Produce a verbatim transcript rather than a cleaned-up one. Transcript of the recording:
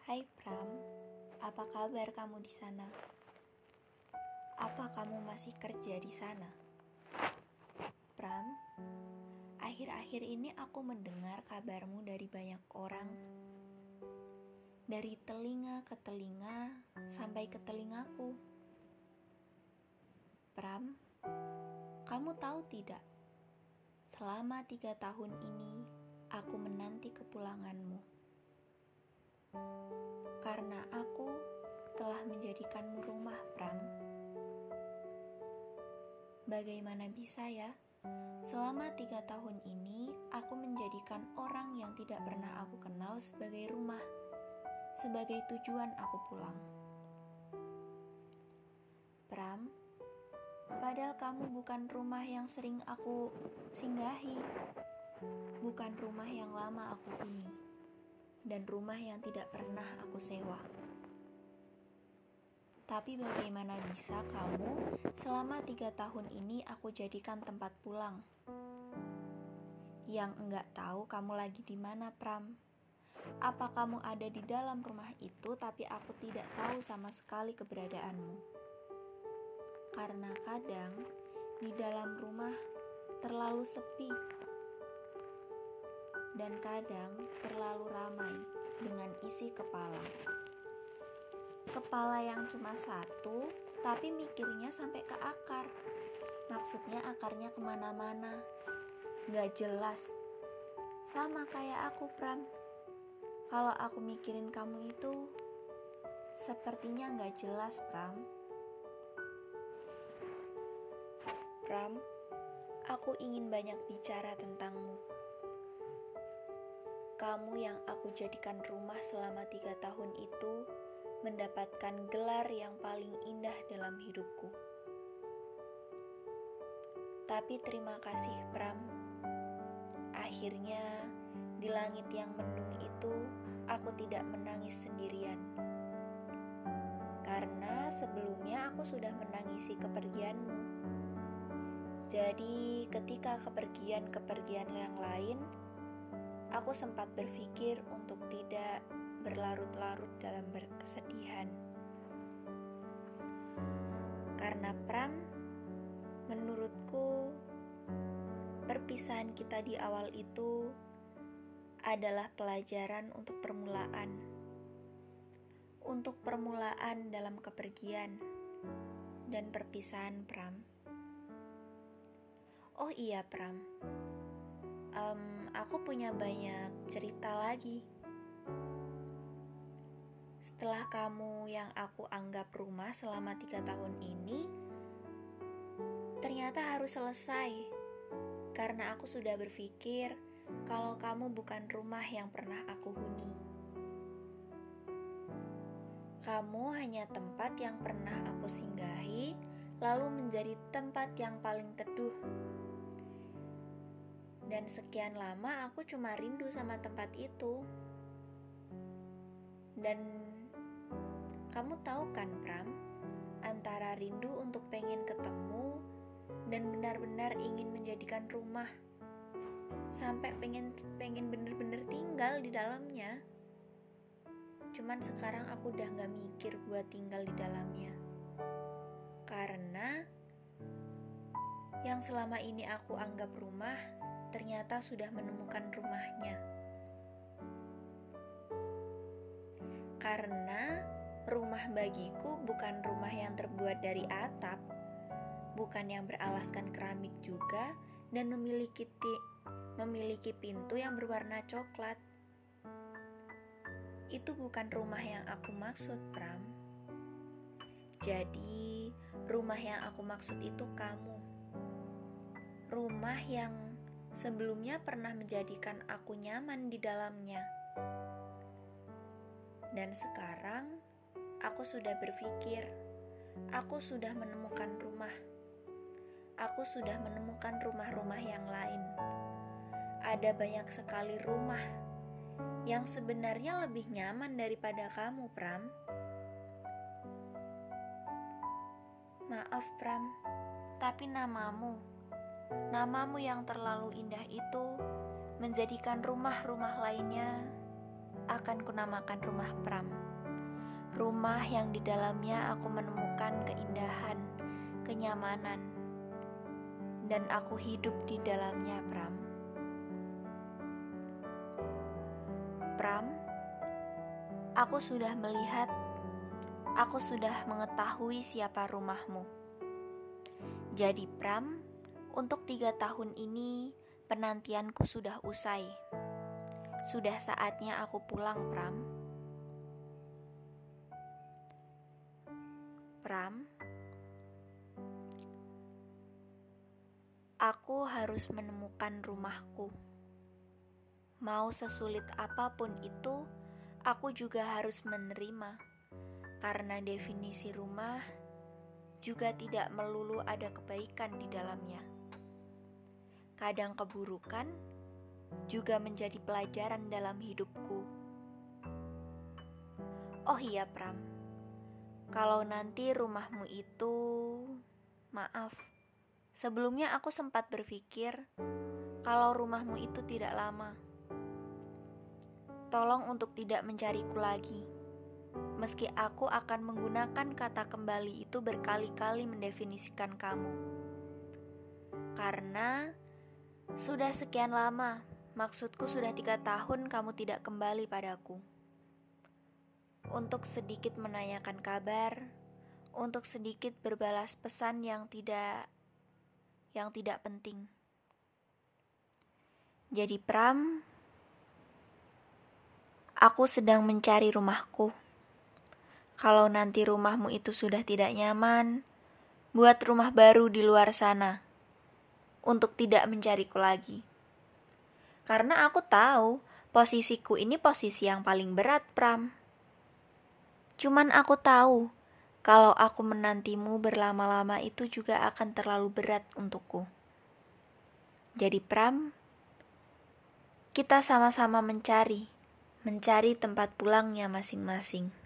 Hai Pram, apa kabar kamu di sana? Apa kamu masih kerja di sana? Pram, akhir-akhir ini aku mendengar kabarmu dari banyak orang. Dari telinga ke telinga sampai ke telingaku. Pram, kamu tahu tidak? Selama tiga tahun ini, aku menanti kepulanganmu. Karena aku telah menjadikanmu rumah, Pram. Bagaimana bisa ya? Selama tiga tahun ini, aku menjadikan orang yang tidak pernah aku kenal sebagai rumah, sebagai tujuan aku pulang. Pram, padahal kamu bukan rumah yang sering aku singgahi, bukan rumah yang lama aku huni, dan rumah yang tidak pernah aku sewa. Tapi bagaimana bisa kamu selama tiga tahun ini aku jadikan tempat pulang? Yang enggak tahu kamu lagi di mana, Pram? Apa kamu ada di dalam rumah itu tapi aku tidak tahu sama sekali keberadaanmu? Karena kadang di dalam rumah terlalu sepi dan kadang terlalu ramai dengan isi kepala. Kepala yang cuma satu, tapi mikirnya sampai ke akar. Maksudnya akarnya kemana-mana. Gak jelas. Sama kayak aku, Pram. Kalau aku mikirin kamu itu, sepertinya gak jelas, Pram. Pram, aku ingin banyak bicara tentangmu. Kamu yang aku jadikan rumah selama tiga tahun itu mendapatkan gelar yang paling indah dalam hidupku. Tapi terima kasih, Pram. Akhirnya, di langit yang mendung itu, aku tidak menangis sendirian. Karena sebelumnya aku sudah menangisi kepergianmu. Jadi, ketika kepergian-kepergian yang lain, aku sempat berpikir untuk tidak berlarut-larut dalam berkesedihan. Karena Pram, menurutku perpisahan kita di awal itu adalah pelajaran untuk permulaan. Untuk permulaan dalam kepergian dan perpisahan, Pram. Oh iya, Pram. Um, aku punya banyak cerita lagi. Setelah kamu yang aku anggap rumah selama tiga tahun ini, ternyata harus selesai. Karena aku sudah berpikir kalau kamu bukan rumah yang pernah aku huni. Kamu hanya tempat yang pernah aku singgahi, lalu menjadi tempat yang paling teduh. Dan sekian lama aku cuma rindu sama tempat itu. Dan kamu tahu kan, Pram, antara rindu untuk pengen ketemu dan benar-benar ingin menjadikan rumah, sampai pengen pengen bener-bener tinggal di dalamnya. Cuman sekarang aku udah gak mikir buat tinggal di dalamnya. Karena yang selama ini aku anggap rumah, ternyata sudah menemukan rumahnya. Karena rumah bagiku bukan rumah yang terbuat dari atap, bukan yang beralaskan keramik juga, dan memiliki ti- memiliki pintu yang berwarna coklat. Itu bukan rumah yang aku maksud, Pram. Jadi, rumah yang aku maksud itu kamu. Rumah yang sebelumnya pernah menjadikan aku nyaman di dalamnya. Dan sekarang, aku sudah berpikir, aku sudah menemukan rumah. Aku sudah menemukan rumah-rumah yang lain. Ada banyak sekali rumah yang sebenarnya lebih nyaman daripada kamu, Pram. Maaf, Pram, tapi namamu, namamu yang terlalu indah itu menjadikan rumah-rumah lainnya akan kunamakan rumah Pram. Rumah yang di dalamnya aku menemukan keindahan, kenyamanan, dan aku hidup di dalamnya, Pram. Pram, aku sudah melihat, aku sudah mengetahui siapa rumahmu. Jadi Pram, untuk tiga tahun ini penantianku sudah usai. Sudah saatnya aku pulang, Pram. Pram, aku harus menemukan rumahku. Mau sesulit apapun itu, aku juga harus menerima. Karena definisi rumah juga tidak melulu ada kebaikan di dalamnya. Kadang keburukan juga menjadi pelajaran dalam hidupku. Oh iya Pram, kalau nanti rumahmu itu, maaf, sebelumnya aku sempat berpikir kalau rumahmu itu tidak lama. Tolong untuk tidak mencariku lagi. Meski aku akan menggunakan kata kembali itu berkali-kali mendefinisikan kamu. Karena sudah sekian lama, maksudku sudah tiga tahun kamu tidak kembali padaku. Untuk sedikit menanyakan kabar, untuk sedikit berbalas pesan yang tidak yang tidak penting. Jadi Pram, aku sedang mencari rumahku. Kalau nanti rumahmu itu sudah tidak nyaman, buat rumah baru di luar sana. Untuk tidak mencariku lagi. Karena aku tahu posisiku ini posisi yang paling berat, Pram. Cuman aku tahu kalau aku menantimu berlama-lama itu juga akan terlalu berat untukku. Jadi Pram, kita sama-sama mencari, mencari tempat pulangnya masing-masing.